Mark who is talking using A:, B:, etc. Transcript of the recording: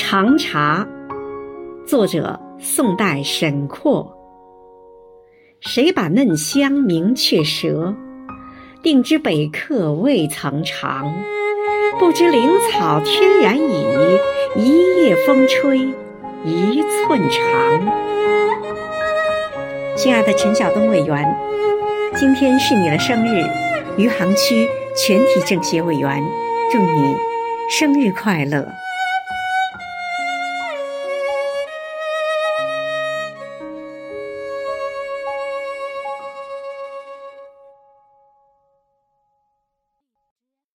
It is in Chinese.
A: 长茶，作者宋代沈括。谁把嫩香明却舌？定知北客未曾尝。不知灵草天然已，一夜风吹一寸长。亲爱的陈晓东委员，今天是你的生日，余杭区全体政协委员祝你生日快乐。